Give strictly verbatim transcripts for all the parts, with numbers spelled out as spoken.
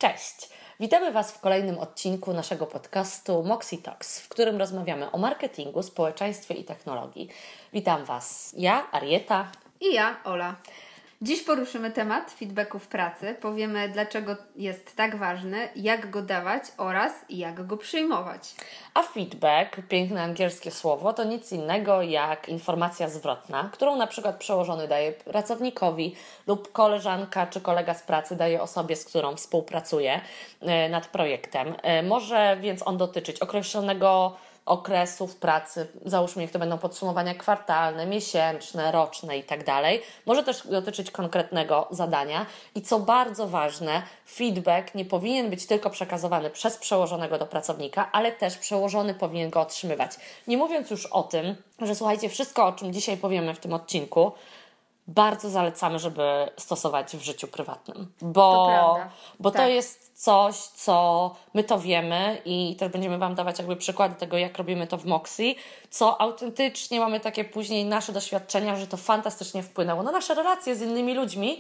Cześć! Witamy Was w kolejnym odcinku naszego podcastu Moxie Talks, w którym rozmawiamy o marketingu, społeczeństwie i technologii. Witam Was ja, Arieta i ja, Ola. Dziś poruszymy temat feedbacku w pracy, powiemy dlaczego jest tak ważny, jak go dawać oraz jak go przyjmować. A feedback, piękne angielskie słowo, to nic innego jak informacja zwrotna, którą na przykład przełożony daje pracownikowi lub koleżanka czy kolega z pracy daje osobie, z którą współpracuje nad projektem. Może więc on dotyczyć określonego okresu w pracy, załóżmy, niech to będą podsumowania kwartalne, miesięczne, roczne i tak dalej. Może też dotyczyć konkretnego zadania i co bardzo ważne, feedback nie powinien być tylko przekazywany przez przełożonego do pracownika, ale też przełożony powinien go otrzymywać. Nie mówiąc już o tym, że słuchajcie, wszystko o czym dzisiaj powiemy w tym odcinku, bardzo zalecamy, żeby stosować w życiu prywatnym, bo to, prawda. bo tak. to jest coś, co my to wiemy i też będziemy Wam dawać jakby przykłady tego, jak robimy to w Moxie, co autentycznie mamy takie później nasze doświadczenia, że to fantastycznie wpłynęło na nasze relacje z innymi ludźmi,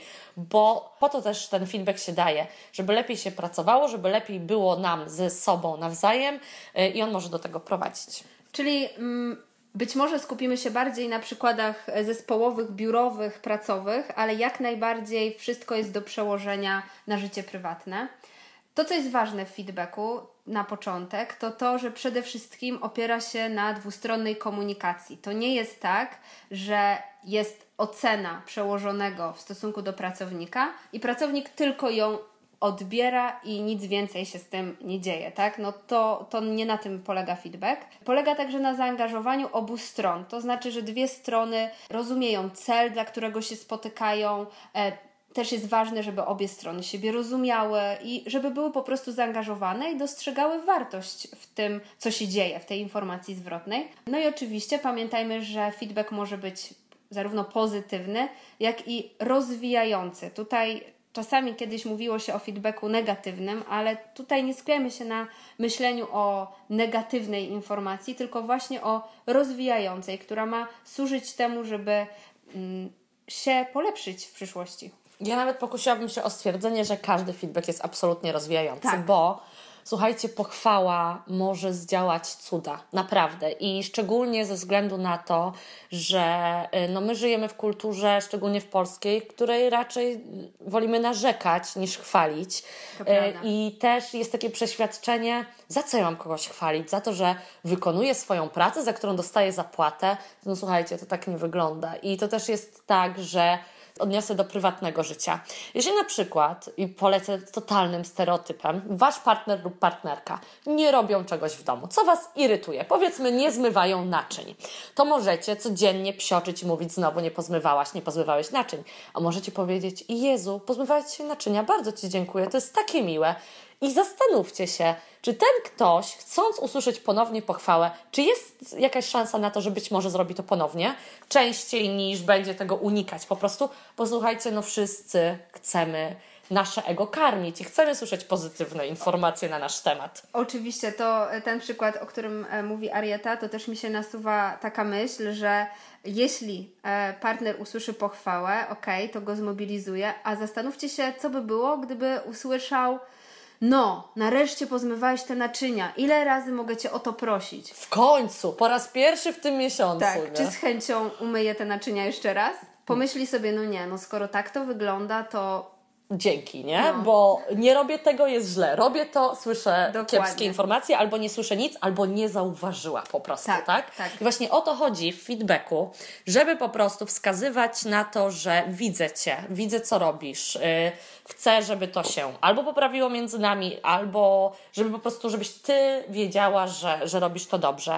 bo po to też ten feedback się daje, żeby lepiej się pracowało, żeby lepiej było nam ze sobą nawzajem i on może do tego prowadzić. Czyli... Mm... Być może skupimy się bardziej na przykładach zespołowych, biurowych, pracowych, ale jak najbardziej wszystko jest do przełożenia na życie prywatne. To, co jest ważne w feedbacku na początek, to to, że przede wszystkim opiera się na dwustronnej komunikacji. To nie jest tak, że jest ocena przełożonego w stosunku do pracownika i pracownik tylko ją odbiera i nic więcej się z tym nie dzieje, tak? No to, to nie na tym polega feedback. Polega także na zaangażowaniu obu stron, to znaczy, że dwie strony rozumieją cel, dla którego się spotykają. E, też jest ważne, żeby obie strony siebie rozumiały i żeby były po prostu zaangażowane i dostrzegały wartość w tym, co się dzieje, w tej informacji zwrotnej. No i oczywiście pamiętajmy, że feedback może być zarówno pozytywny, jak i rozwijający. Tutaj czasami kiedyś mówiło się o feedbacku negatywnym, ale tutaj nie skupiamy się na myśleniu o negatywnej informacji, tylko właśnie o rozwijającej, która ma służyć temu, żeby mm, się polepszyć w przyszłości. Ja nawet pokusiłabym się o stwierdzenie, że każdy feedback jest absolutnie rozwijający, tak. bo słuchajcie, pochwała może zdziałać cuda, naprawdę. I szczególnie ze względu na to, że no, my żyjemy w kulturze, szczególnie w polskiej, w której raczej wolimy narzekać niż chwalić. I też jest takie przeświadczenie, za co ja mam kogoś chwalić? Za to, że wykonuje swoją pracę, za którą dostaje zapłatę? No słuchajcie, to tak nie wygląda. I to też jest tak, że odniosę do prywatnego życia. Jeśli na przykład, i polecę totalnym stereotypem, wasz partner lub partnerka nie robią czegoś w domu, co was irytuje, powiedzmy nie zmywają naczyń, to możecie codziennie psioczyć i mówić znowu nie pozmywałaś, nie pozmywałeś naczyń. A możecie powiedzieć, Jezu, pozmywałeś się naczynia, bardzo ci dziękuję, to jest takie miłe. I zastanówcie się, czy ten ktoś, chcąc usłyszeć ponownie pochwałę, czy jest jakaś szansa na to, że być może zrobi to ponownie, częściej niż będzie tego unikać. Po prostu posłuchajcie, no wszyscy chcemy nasze ego karmić i chcemy słyszeć pozytywne informacje na nasz temat. Oczywiście, to ten przykład, o którym mówi Arieta, to też mi się nasuwa taka myśl, że jeśli partner usłyszy pochwałę, okej, to go zmobilizuje, a zastanówcie się, co by było, gdyby usłyszał: no, nareszcie pozmywałeś te naczynia. Ile razy mogę Cię o to prosić? W końcu, po raz pierwszy w tym miesiącu. Tak, nie? Czy z chęcią umyję te naczynia jeszcze raz? Pomyśli sobie, no nie, no skoro tak to wygląda, to... Dzięki, nie? No. Bo nie robię tego, jest źle. Robię to, słyszę Dokładnie. kiepskie informacje, albo nie słyszę nic, albo nie zauważyła po prostu, tak? Tak, tak. I właśnie o to chodzi w feedbacku, żeby po prostu wskazywać na to, że widzę Cię, widzę co robisz, yy, chcę, żeby to się albo poprawiło między nami, albo żeby po prostu, żebyś Ty wiedziała, że, że robisz to dobrze.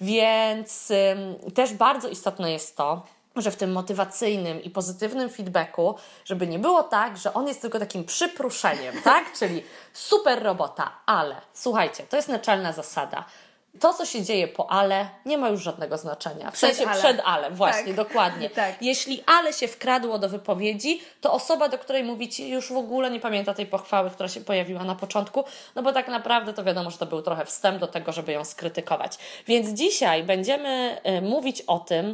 Więc yy, też bardzo istotne jest to, że w tym motywacyjnym i pozytywnym feedbacku, żeby nie było tak, że on jest tylko takim przypruszeniem, tak? Czyli super robota, ale słuchajcie, to jest naczelna zasada. To, co się dzieje po ale, nie ma już żadnego znaczenia. W Przed sensie ale. przed ale, właśnie, tak. dokładnie. tak. Jeśli ale się wkradło do wypowiedzi, to osoba, do której mówicie, już w ogóle nie pamięta tej pochwały, która się pojawiła na początku, no bo tak naprawdę to wiadomo, że to był trochę wstęp do tego, żeby ją skrytykować. Więc dzisiaj będziemy y, mówić o tym,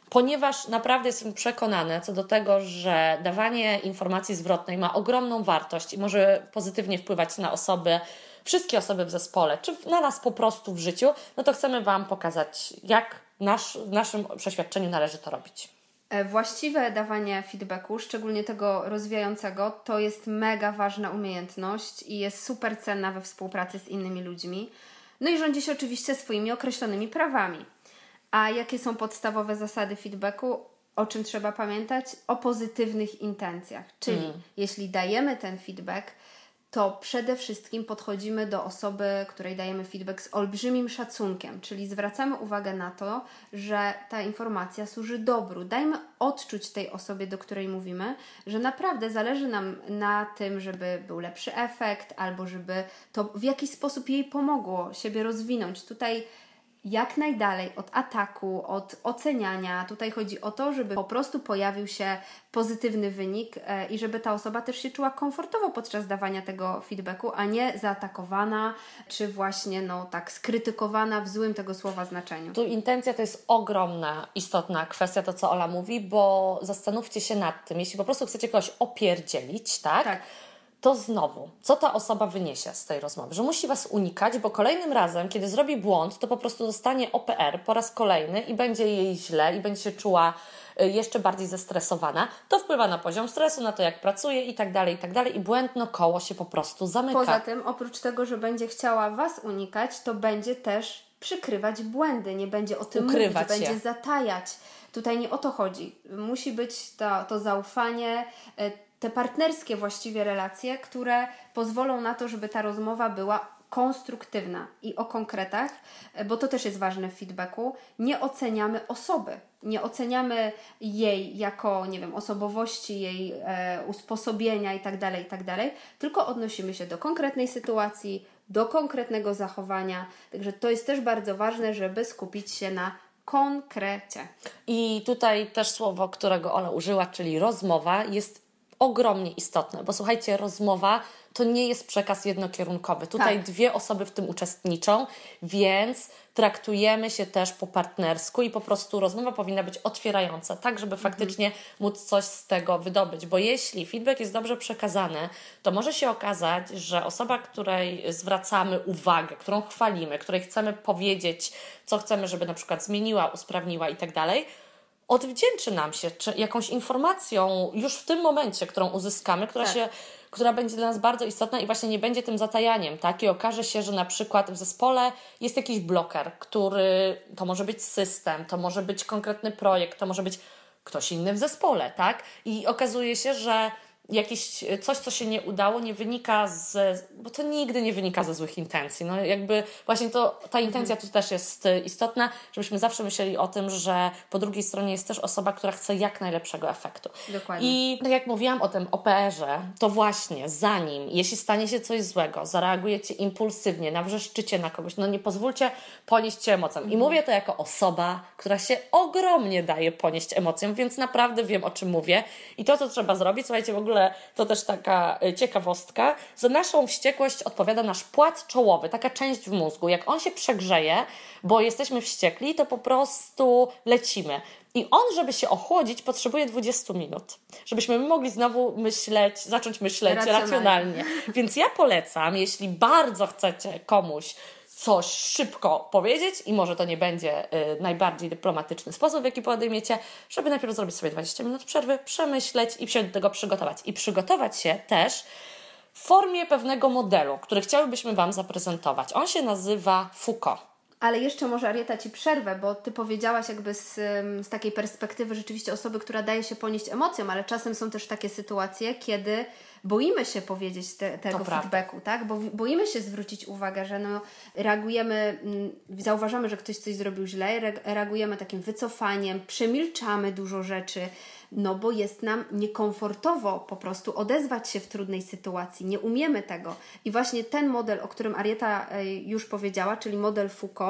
ponieważ naprawdę jestem przekonana co do tego, że dawanie informacji zwrotnej ma ogromną wartość i może pozytywnie wpływać na osoby, wszystkie osoby w zespole, czy na nas po prostu w życiu, no to chcemy Wam pokazać, jak nasz, w naszym przeświadczeniu należy to robić. Właściwe dawanie feedbacku, szczególnie tego rozwijającego, to jest mega ważna umiejętność i jest super cenna we współpracy z innymi ludźmi. No i rządzi się oczywiście swoimi określonymi prawami. A jakie są podstawowe zasady feedbacku? O czym trzeba pamiętać? O pozytywnych intencjach. Czyli mm. jeśli dajemy ten feedback, to przede wszystkim podchodzimy do osoby, której dajemy feedback z olbrzymim szacunkiem, czyli zwracamy uwagę na to, że ta informacja służy dobru. Dajmy odczuć tej osobie, do której mówimy, że naprawdę zależy nam na tym, żeby był lepszy efekt, albo żeby to w jakiś sposób jej pomogło siebie rozwinąć. Tutaj jak najdalej od ataku, od oceniania. Tutaj chodzi o to, żeby po prostu pojawił się pozytywny wynik e, i żeby ta osoba też się czuła komfortowo podczas dawania tego feedbacku, a nie zaatakowana, czy właśnie no tak skrytykowana w złym tego słowa znaczeniu. Tu intencja to jest ogromna, istotna kwestia, to co Ola mówi, bo zastanówcie się nad tym, jeśli po prostu chcecie kogoś opierdzielić, tak? Tak. To znowu, co ta osoba wyniesie z tej rozmowy? Że musi Was unikać, bo kolejnym razem, kiedy zrobi błąd, to po prostu dostanie O P R po raz kolejny i będzie jej źle i będzie się czuła jeszcze bardziej zestresowana. To wpływa na poziom stresu, na to, jak pracuje i tak dalej, i tak dalej. I błędno koło się po prostu zamyka. Poza tym, oprócz tego, że będzie chciała Was unikać, to będzie też przykrywać błędy, nie będzie o tym Ukrywać mówić, je. będzie zatajać. Tutaj nie o to chodzi. Musi być to, to zaufanie, te partnerskie właściwie relacje, które pozwolą na to, żeby ta rozmowa była konstruktywna. I o konkretach, bo to też jest ważne w feedbacku, nie oceniamy osoby. Nie oceniamy jej jako, nie wiem, osobowości, jej e, usposobienia i tak dalej, i tak dalej, tylko odnosimy się do konkretnej sytuacji, do konkretnego zachowania. Także to jest też bardzo ważne, żeby skupić się na konkrecie. I tutaj też słowo, którego Ola użyła, czyli rozmowa, jest ogromnie istotne, bo słuchajcie, rozmowa to nie jest przekaz jednokierunkowy. Tutaj tak. dwie osoby w tym uczestniczą, więc traktujemy się też po partnersku i po prostu rozmowa powinna być otwierająca, tak żeby faktycznie mhm. móc coś z tego wydobyć, bo jeśli feedback jest dobrze przekazany, to może się okazać, że osoba, której zwracamy uwagę, którą chwalimy, której chcemy powiedzieć, co chcemy, żeby na przykład zmieniła, usprawniła i tak dalej, odwdzięczy nam się czy jakąś informacją już w tym momencie, którą uzyskamy, która, tak. się, która będzie dla nas bardzo istotna i właśnie nie będzie tym zatajaniem, tak? I okaże się, że na przykład w zespole jest jakiś bloker, który, to może być system, to może być konkretny projekt, to może być ktoś inny w zespole, tak? I okazuje się, że jakieś coś, co się nie udało, nie wynika z... Bo to nigdy nie wynika ze złych intencji. No jakby właśnie to, ta intencja tu też jest istotna, żebyśmy zawsze myśleli o tym, że po drugiej stronie jest też osoba, która chce jak najlepszego efektu. Dokładnie. I tak jak mówiłam o tym O P R-ze, to właśnie zanim, jeśli stanie się coś złego, zareagujecie impulsywnie, nawrzeszczycie na kogoś, no nie pozwólcie ponieść się emocjom. Mhm. I mówię to jako osoba, która się ogromnie daje ponieść emocjom, więc naprawdę wiem, o czym mówię. I to, co trzeba zrobić, słuchajcie, w ogóle to też taka ciekawostka. Za naszą wściekłość odpowiada nasz płat czołowy, taka część w mózgu. Jak on się przegrzeje, bo jesteśmy wściekli, to po prostu lecimy. I on, żeby się ochłodzić, potrzebuje dwadzieścia minut. Żebyśmy mogli znowu myśleć, zacząć myśleć racjonalnie. racjonalnie. Więc ja polecam, jeśli bardzo chcecie komuś coś szybko powiedzieć i może to nie będzie y, najbardziej dyplomatyczny sposób, w jaki podejmiecie, żeby najpierw zrobić sobie dwadzieścia minut przerwy, przemyśleć i się do tego przygotować. I przygotować się też w formie pewnego modelu, który chciałybyśmy Wam zaprezentować. On się nazywa Foucault. Ale jeszcze może, Arieta, Ci przerwę, bo Ty powiedziałaś jakby z, z takiej perspektywy rzeczywiście osoby, która daje się ponieść emocjom, ale czasem są też takie sytuacje, kiedy boimy się powiedzieć te, tego to feedbacku, tak? Bo boimy się zwrócić uwagę, że no, reagujemy, zauważamy, że ktoś coś zrobił źle, reagujemy takim wycofaniem, przemilczamy dużo rzeczy, no bo jest nam niekomfortowo po prostu odezwać się w trudnej sytuacji, nie umiemy tego. I właśnie ten model, o którym Arieta już powiedziała, czyli model Foucault,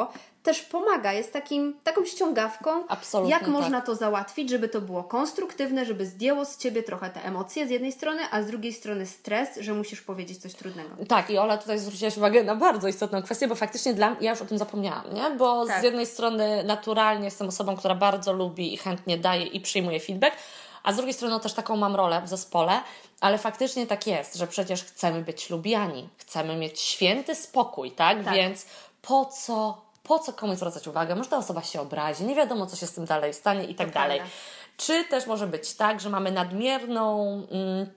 też pomaga, jest takim, taką ściągawką, Absolutnie jak tak. można to załatwić, żeby to było konstruktywne, żeby zdjęło z Ciebie trochę te emocje z jednej strony, a z drugiej strony stres, że musisz powiedzieć coś trudnego. Tak, i Ola tutaj zwróciłaś uwagę na bardzo istotną kwestię, bo faktycznie dla mnie, ja już o tym zapomniałam, nie? Bo Tak. z jednej strony naturalnie jestem osobą, która bardzo lubi i chętnie daje i przyjmuje feedback, a z drugiej strony też taką mam rolę w zespole, ale faktycznie tak jest, że przecież chcemy być lubiani, chcemy mieć święty spokój, tak? Tak. Więc po co, po co komuś zwracać uwagę? Może ta osoba się obrazi, nie wiadomo, co się z tym dalej stanie i tak To dalej. prawda. Czy też może być tak, że mamy nadmierną mm,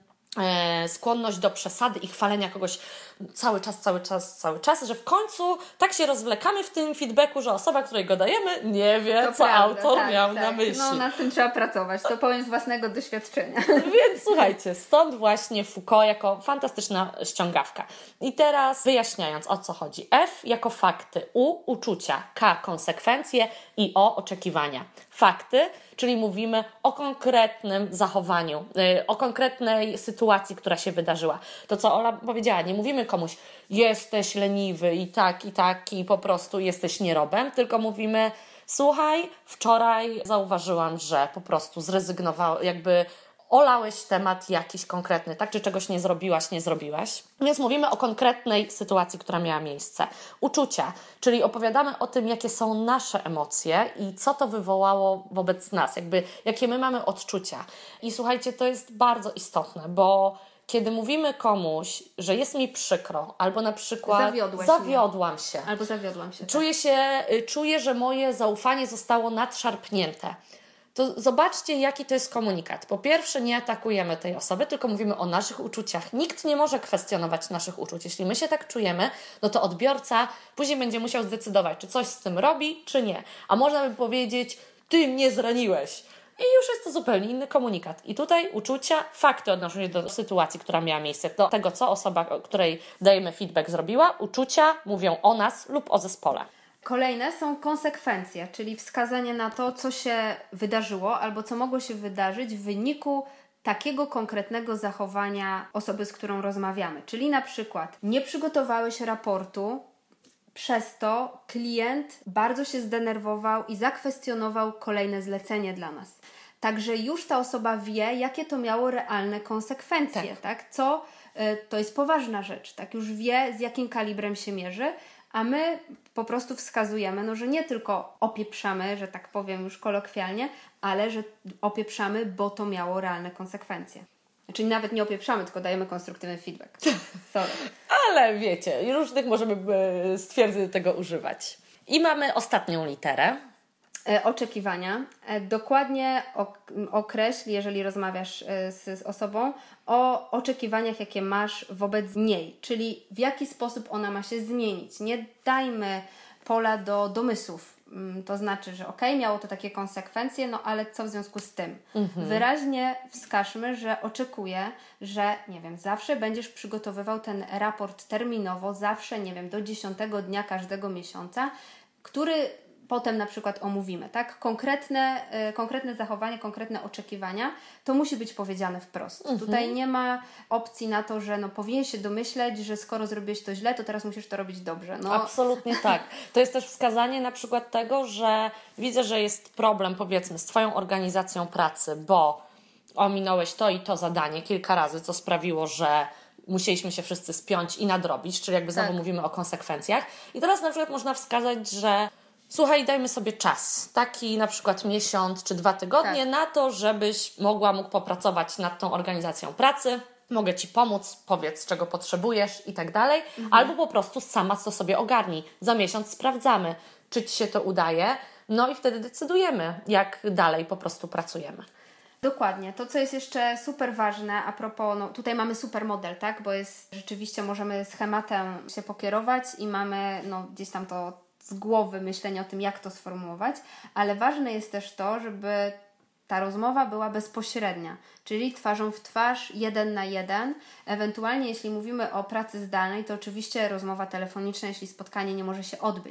e, skłonność do przesady i chwalenia kogoś cały czas, cały czas, cały czas, że w końcu tak się rozwlekamy w tym feedbacku, że osoba, której go dajemy, nie wie, To co prawda, autor tak, miał tak. na myśli. No nad tym trzeba pracować, to powiem z własnego doświadczenia. Więc słuchajcie, stąd właśnie Foucault jako fantastyczna ściągawka. I teraz wyjaśniając, o co chodzi. F jako fakty, U uczucia, K konsekwencje i O oczekiwania. Fakty, czyli mówimy o konkretnym zachowaniu, yy, o konkretnej sytuacji, która się wydarzyła. To, co Ola powiedziała, nie mówimy komuś, jesteś leniwy i tak, i tak, i po prostu jesteś nierobem, tylko mówimy, słuchaj, wczoraj zauważyłam, że po prostu zrezygnowałam, jakby olałeś temat jakiś konkretny, tak? Czy czegoś nie zrobiłaś, nie zrobiłaś. Więc mówimy o konkretnej sytuacji, która miała miejsce. Uczucia, czyli opowiadamy o tym, jakie są nasze emocje i co to wywołało wobec nas, jakby jakie my mamy odczucia. I słuchajcie, to jest bardzo istotne, bo kiedy mówimy komuś, że jest mi przykro, albo na przykład Zawiodłeś zawiodłam się, Albo zawiodłam się. czuję się, y, czuję, że moje zaufanie zostało nadszarpnięte. To zobaczcie, jaki to jest komunikat. Po pierwsze, nie atakujemy tej osoby, tylko mówimy o naszych uczuciach. Nikt nie może kwestionować naszych uczuć. Jeśli my się tak czujemy, no to odbiorca później będzie musiał zdecydować, czy coś z tym robi, czy nie. A można by powiedzieć, ty mnie zraniłeś. I już jest to zupełnie inny komunikat. I tutaj uczucia, fakty odnoszą się do sytuacji, która miała miejsce, do tego, co osoba, której dajemy feedback, zrobiła. Uczucia mówią o nas lub o zespole. Kolejne są konsekwencje, czyli wskazanie na to, co się wydarzyło albo co mogło się wydarzyć w wyniku takiego konkretnego zachowania osoby, z którą rozmawiamy. Czyli na przykład nie przygotowałeś raportu, przez to klient bardzo się zdenerwował i zakwestionował kolejne zlecenie dla nas. Także już ta osoba wie, jakie to miało realne konsekwencje, tak? tak? Co y, to jest poważna rzecz, tak? Już wie, z jakim kalibrem się mierzy, a my po prostu wskazujemy, no, że nie tylko opieprzamy, że tak powiem już kolokwialnie, ale że opieprzamy, bo to miało realne konsekwencje. Czyli nawet nie opieprzamy, tylko dajemy konstruktywny feedback. Sorry. Ale wiecie, różnych możemy e, stwierdzeń do tego używać. I mamy ostatnią literę. E, oczekiwania. E, dokładnie ok- określ, jeżeli rozmawiasz e, z, z osobą, o oczekiwaniach, jakie masz wobec niej. Czyli w jaki sposób ona ma się zmienić. Nie dajmy pola do domysłów. Mm, To znaczy, że okej, miało to takie konsekwencje, no ale co w związku z tym? Mhm. Wyraźnie wskażmy, że oczekuję, że nie wiem, zawsze będziesz przygotowywał ten raport terminowo, zawsze, nie wiem, do dziesiątego dnia każdego miesiąca, który potem na przykład omówimy, tak? Konkretne, y, konkretne zachowanie, konkretne oczekiwania, to musi być powiedziane wprost. Mhm. Tutaj nie ma opcji na to, że no powinien się domyśleć, że skoro zrobiłeś to źle, to teraz musisz to robić dobrze. No, Absolutnie tak. To jest też wskazanie na przykład tego, że widzę, że jest problem, powiedzmy, z Twoją organizacją pracy, bo ominąłeś to i to zadanie kilka razy, co sprawiło, że musieliśmy się wszyscy spiąć i nadrobić, czyli jakby znowu Tak. mówimy o konsekwencjach. I teraz na przykład można wskazać, że słuchaj, dajmy sobie czas, taki na przykład miesiąc czy dwa tygodnie Tak. na to, żebyś mogła, mógł popracować nad tą organizacją pracy. Mogę Ci pomóc, powiedz, czego potrzebujesz i tak dalej. Albo po prostu sama to sobie ogarnij. Za miesiąc sprawdzamy, czy Ci się to udaje. No i wtedy decydujemy, jak dalej po prostu pracujemy. Dokładnie. To, co jest jeszcze super ważne, a propos, no tutaj mamy super model, tak? Bo jest rzeczywiście, możemy schematem się pokierować i mamy no, gdzieś tam to z głowy myślenie o tym, jak to sformułować, ale ważne jest też to, żeby ta rozmowa była bezpośrednia, czyli twarzą w twarz, jeden na jeden. Ewentualnie, jeśli mówimy o pracy zdalnej, to oczywiście rozmowa telefoniczna, jeśli spotkanie nie może się odbyć.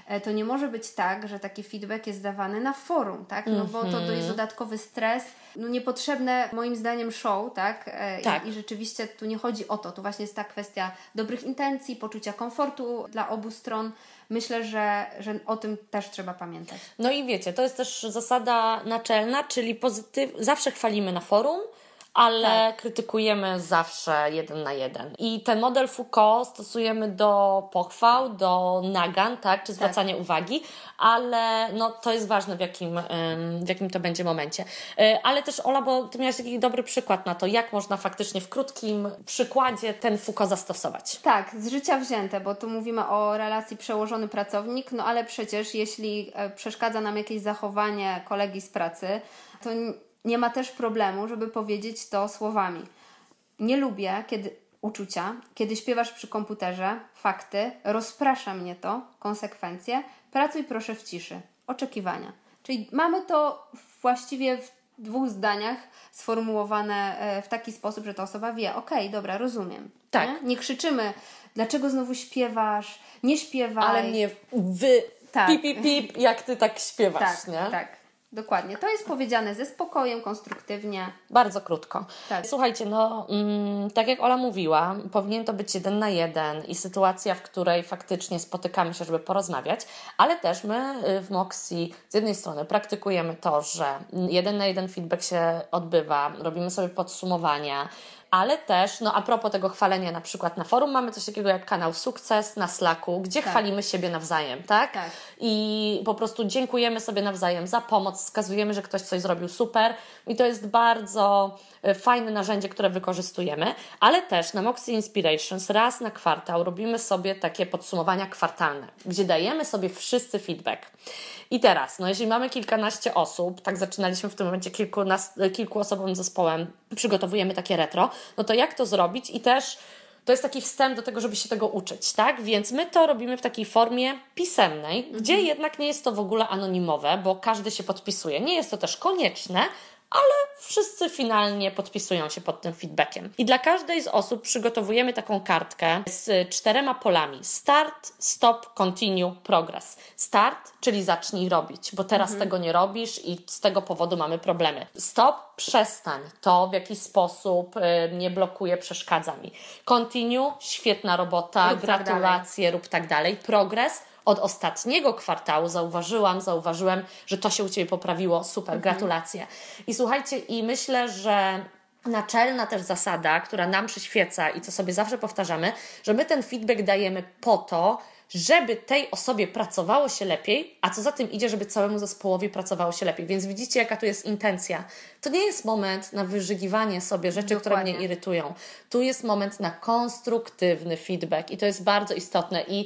to nie może być tak, że taki feedback jest dawany na forum, tak? No bo to, to jest dodatkowy stres, no niepotrzebne moim zdaniem show, tak? E, Tak. I, I rzeczywiście tu nie chodzi o to, tu właśnie jest ta kwestia dobrych intencji, poczucia komfortu dla obu stron. Myślę, że, że o tym też trzeba pamiętać. No i wiecie, to jest też zasada naczelna, czyli pozytyw... zawsze chwalimy na forum, ale tak. krytykujemy zawsze jeden na jeden. I ten model Foucault stosujemy do pochwał, do nagan, tak, czy zwracania tak. uwagi, ale no, to jest ważne w jakim, w jakim to będzie momencie. Ale też Ola, bo Ty miałaś taki dobry przykład na to, jak można faktycznie w krótkim przykładzie ten Foucault zastosować. Tak, z życia wzięte, bo tu mówimy o relacji przełożony-pracownik, no ale przecież jeśli przeszkadza nam jakieś zachowanie kolegi z pracy, to nie ma też problemu, żeby powiedzieć to słowami. Nie lubię kiedy uczucia, kiedy śpiewasz przy komputerze, fakty, rozprasza mnie to, konsekwencje, pracuj proszę w ciszy, oczekiwania. Czyli mamy to właściwie w dwóch zdaniach sformułowane w taki sposób, że ta osoba wie, okej, okay, dobra, rozumiem. Tak. Nie? nie krzyczymy, dlaczego znowu śpiewasz, nie śpiewaj. Ale mnie wy... Tak. Pip, pip, pip, jak Ty tak śpiewasz, tak, nie? Tak. Dokładnie. To jest powiedziane ze spokojem, konstruktywnie. Bardzo krótko. Tak. Słuchajcie, no mm, tak jak Ola mówiła, powinien to być jeden na jeden i sytuacja, w której faktycznie spotykamy się, żeby porozmawiać, ale też my w Moxie z jednej strony praktykujemy to, że jeden na jeden feedback się odbywa, robimy sobie podsumowania, ale też, no a propos tego chwalenia na przykład na forum, mamy coś takiego jak kanał Sukces na Slacku, gdzie tak. chwalimy siebie nawzajem, tak? tak? I po prostu dziękujemy sobie nawzajem za pomoc, wskazujemy, że ktoś coś zrobił super i to jest bardzo fajne narzędzie, które wykorzystujemy, ale też na Moxie Inspirations raz na kwartał robimy sobie takie podsumowania kwartalne, gdzie dajemy sobie wszyscy feedback. I teraz, no jeśli mamy kilkanaście osób, tak zaczynaliśmy w tym momencie kilkunas, kilkuosobowym zespołem, przygotowujemy takie retro, no to jak to zrobić? I też to jest taki wstęp do tego, żeby się tego uczyć, tak? Więc my to robimy w takiej formie pisemnej, mhm. gdzie jednak nie jest to w ogóle anonimowe, bo każdy się podpisuje. Nie jest to też konieczne, ale wszyscy finalnie podpisują się pod tym feedbackiem. I dla każdej z osób przygotowujemy taką kartkę z czterema polami. Start, stop, continue, progress. Start, czyli zacznij robić, bo teraz mhm. tego nie robisz i z tego powodu mamy problemy. Stop, przestań. To w jakiś sposób y, nie blokuje, przeszkadza mi. Continue, świetna robota, rób gratulacje, tak rób tak dalej. Progress, od ostatniego kwartału zauważyłam, zauważyłem, że to się u Ciebie poprawiło. Super, mhm. gratulacje. I słuchajcie, i myślę, że naczelna też zasada, która nam przyświeca i co sobie zawsze powtarzamy, że my ten feedback dajemy po to, żeby tej osobie pracowało się lepiej, a co za tym idzie, żeby całemu zespołowi pracowało się lepiej. Więc widzicie, jaka tu jest intencja. To nie jest moment na wyżygiwanie sobie rzeczy, Dokładnie. które mnie irytują. Tu jest moment na konstruktywny feedback i to jest bardzo istotne. I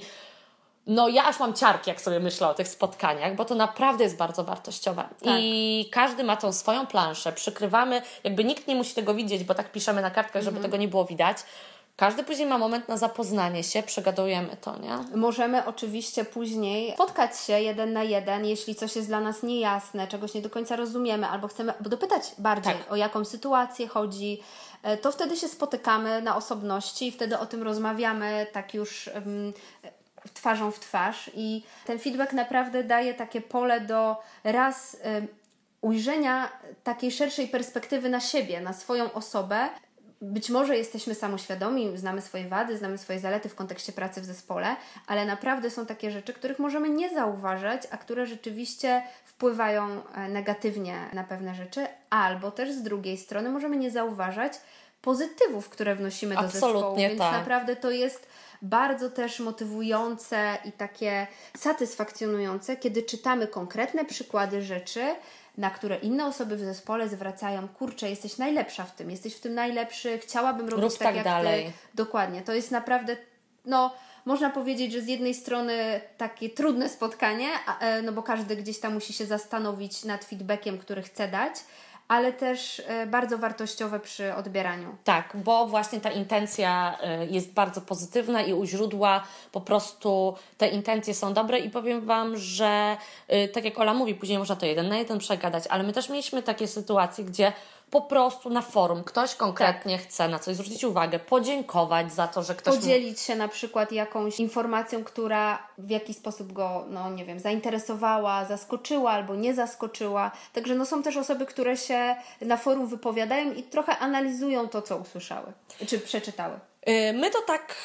no ja aż mam ciarki, jak sobie myślę o tych spotkaniach, bo to naprawdę jest bardzo wartościowe. Tak. I każdy ma tą swoją planszę, przykrywamy, jakby nikt nie musi tego widzieć, bo tak piszemy na kartkach, żeby mhm. tego nie było widać. Każdy później ma moment na zapoznanie się, przegadujemy to, nie? Możemy oczywiście później spotkać się jeden na jeden, jeśli coś jest dla nas niejasne, czegoś nie do końca rozumiemy, albo chcemy dopytać bardziej, tak. o jaką sytuację chodzi, to wtedy się spotykamy na osobności i wtedy o tym rozmawiamy tak już um, twarzą w twarz i ten feedback naprawdę daje takie pole do raz y, ujrzenia takiej szerszej perspektywy na siebie, na swoją osobę. Być może jesteśmy samoświadomi, znamy swoje wady, znamy swoje zalety w kontekście pracy w zespole, ale naprawdę są takie rzeczy, których możemy nie zauważać, a które rzeczywiście wpływają negatywnie na pewne rzeczy, albo też z drugiej strony możemy nie zauważać pozytywów, które wnosimy do Absolutnie zespołu, więc tak. naprawdę to jest bardzo też motywujące i takie satysfakcjonujące, kiedy czytamy konkretne przykłady rzeczy, na które inne osoby w zespole zwracają, kurczę, jesteś najlepsza w tym, jesteś w tym najlepszy, chciałabym robić Rób tak, tak jak dalej. Ty. Dokładnie. To jest naprawdę, no, można powiedzieć, że z jednej strony takie trudne spotkanie, no bo każdy gdzieś tam musi się zastanowić nad feedbackiem, który chce dać, ale też bardzo wartościowe przy odbieraniu. Tak, bo właśnie ta intencja jest bardzo pozytywna i u źródła po prostu te intencje są dobre i powiem Wam, że tak jak Ola mówi, później można to jeden na jeden przegadać, ale my też mieliśmy takie sytuacje, gdzie po prostu na forum ktoś konkretnie tak. chce na coś zwrócić uwagę, podziękować za to, że ktoś... Podzielić się na przykład jakąś informacją, która w jakiś sposób go, no nie wiem, zainteresowała, zaskoczyła albo nie zaskoczyła. Także no są też osoby, które się na forum wypowiadają i trochę analizują to, co usłyszały, czy przeczytały. My to tak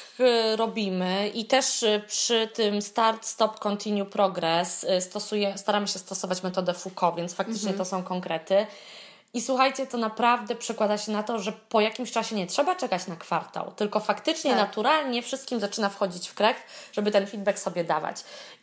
robimy i też przy tym Start, Stop, Continue, Progress stosuje, staramy się stosować metodę Foucault, więc faktycznie mhm. to są konkrety. I słuchajcie, to naprawdę przekłada się na to, że po jakimś czasie nie trzeba czekać na kwartał, tylko faktycznie tak. naturalnie wszystkim zaczyna wchodzić w krew, żeby ten feedback sobie dawać.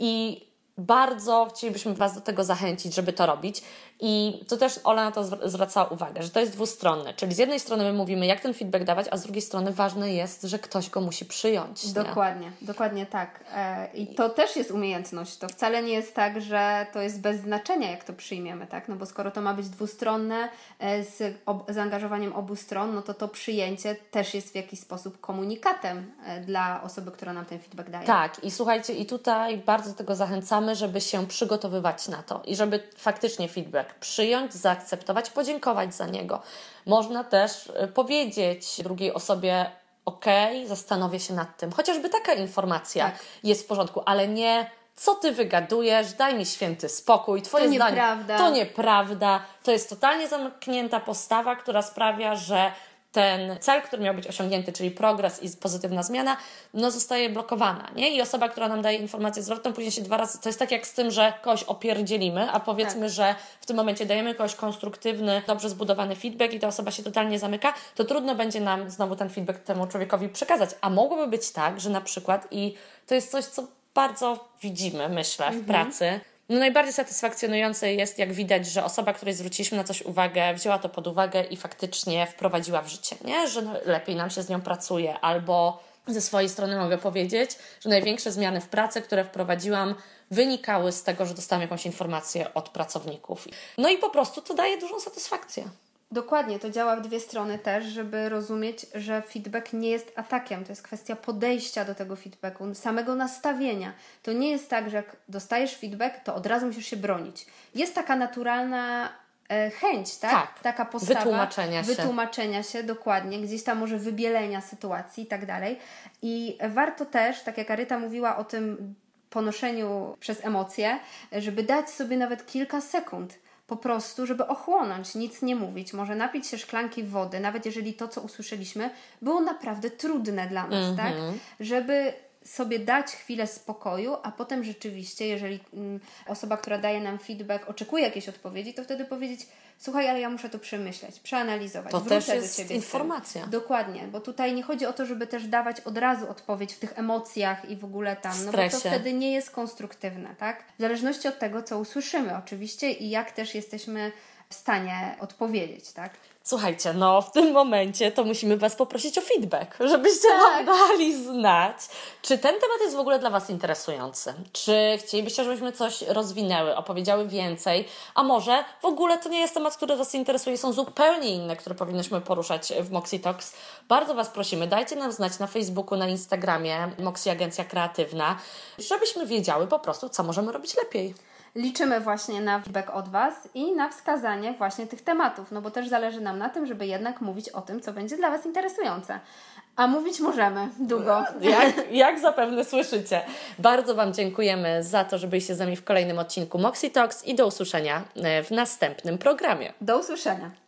I bardzo chcielibyśmy Was do tego zachęcić, żeby to robić. I to też Ola na to zwracała uwagę, że to jest dwustronne. Czyli z jednej strony my mówimy, jak ten feedback dawać, a z drugiej strony ważne jest, że ktoś go musi przyjąć. Dokładnie, nie? dokładnie tak. I to też jest umiejętność. To wcale nie jest tak, że to jest bez znaczenia, jak to przyjmiemy, tak? No bo skoro to ma być dwustronne z ob- zaangażowaniem obu stron, no to to przyjęcie też jest w jakiś sposób komunikatem dla osoby, która nam ten feedback daje. Tak. I słuchajcie, i tutaj bardzo tego zachęcamy, żeby się przygotowywać na to i żeby faktycznie feedback przyjąć, zaakceptować, podziękować za niego. Można też powiedzieć drugiej osobie, okej, okay, zastanowię się nad tym. Chociażby taka informacja tak. jest w porządku, ale nie co ty wygadujesz, daj mi święty spokój, twoje to zdanie nieprawda. to nieprawda. To jest totalnie zamknięta postawa, która sprawia, że ten cel, który miał być osiągnięty, czyli progres i pozytywna zmiana, no zostaje blokowana, nie? I osoba, która nam daje informację zwrotną, później się dwa razy, to jest tak jak z tym, że kogoś opierdzielimy, a powiedzmy, tak. że w tym momencie dajemy kogoś konstruktywny, dobrze zbudowany feedback i ta osoba się totalnie zamyka, to trudno będzie nam znowu ten feedback temu człowiekowi przekazać. A mogłoby być tak, że na przykład, i to jest coś, co bardzo widzimy, myślę, w mhm. pracy, no najbardziej satysfakcjonujące jest, jak widać, że osoba, której zwróciliśmy na coś uwagę, wzięła to pod uwagę i faktycznie wprowadziła w życie, nie? Że no, lepiej nam się z nią pracuje. Albo ze swojej strony mogę powiedzieć, że największe zmiany w pracy, które wprowadziłam, wynikały z tego, że dostałam jakąś informację od pracowników. No i po prostu to daje dużą satysfakcję. Dokładnie, to działa w dwie strony też, żeby rozumieć, że feedback nie jest atakiem, to jest kwestia podejścia do tego feedbacku, samego nastawienia. To nie jest tak, że jak dostajesz feedback, to od razu musisz się bronić. Jest taka naturalna e, chęć, tak? tak? Taka postawa wytłumaczenia się. Wytłumaczenia się, dokładnie, gdzieś tam może wybielenia sytuacji i tak dalej. I warto też, tak jak Aryta mówiła o tym ponoszeniu przez emocje, żeby dać sobie nawet kilka sekund, po prostu, żeby ochłonąć, nic nie mówić, może napić się szklanki wody, nawet jeżeli to, co usłyszeliśmy, było naprawdę trudne dla nas, mm-hmm. tak? Żeby sobie dać chwilę spokoju, a potem rzeczywiście, jeżeli mm, osoba, która daje nam feedback, oczekuje jakiejś odpowiedzi, to wtedy powiedzieć, słuchaj, ale ja muszę to przemyśleć, przeanalizować. To Wrócę też jest do ciebie informacja. Dokładnie, bo tutaj nie chodzi o to, żeby też dawać od razu odpowiedź w tych emocjach i w ogóle tam, no bo to wtedy nie jest konstruktywne, tak? W zależności od tego, co usłyszymy oczywiście i jak też jesteśmy w stanie odpowiedzieć, tak? Słuchajcie, no w tym momencie to musimy Was poprosić o feedback, żebyście tak. nam dali znać, czy ten temat jest w ogóle dla Was interesujący, czy chcielibyście, żebyśmy coś rozwinęły, opowiedziały więcej, a może w ogóle to nie jest temat, który Was interesuje, są zupełnie inne, które powinnyśmy poruszać w Moxie Talks. Bardzo Was prosimy, dajcie nam znać na Facebooku, na Instagramie Moxie Agencja Kreatywna, żebyśmy wiedziały po prostu, co możemy robić lepiej. Liczymy właśnie na feedback od Was i na wskazanie właśnie tych tematów, no bo też zależy nam na tym, żeby jednak mówić o tym, co będzie dla Was interesujące. A mówić możemy długo. Jak, jak zapewne słyszycie. Bardzo Wam dziękujemy za to, że byliście z nami w kolejnym odcinku Moxie Talks i do usłyszenia w następnym programie. Do usłyszenia.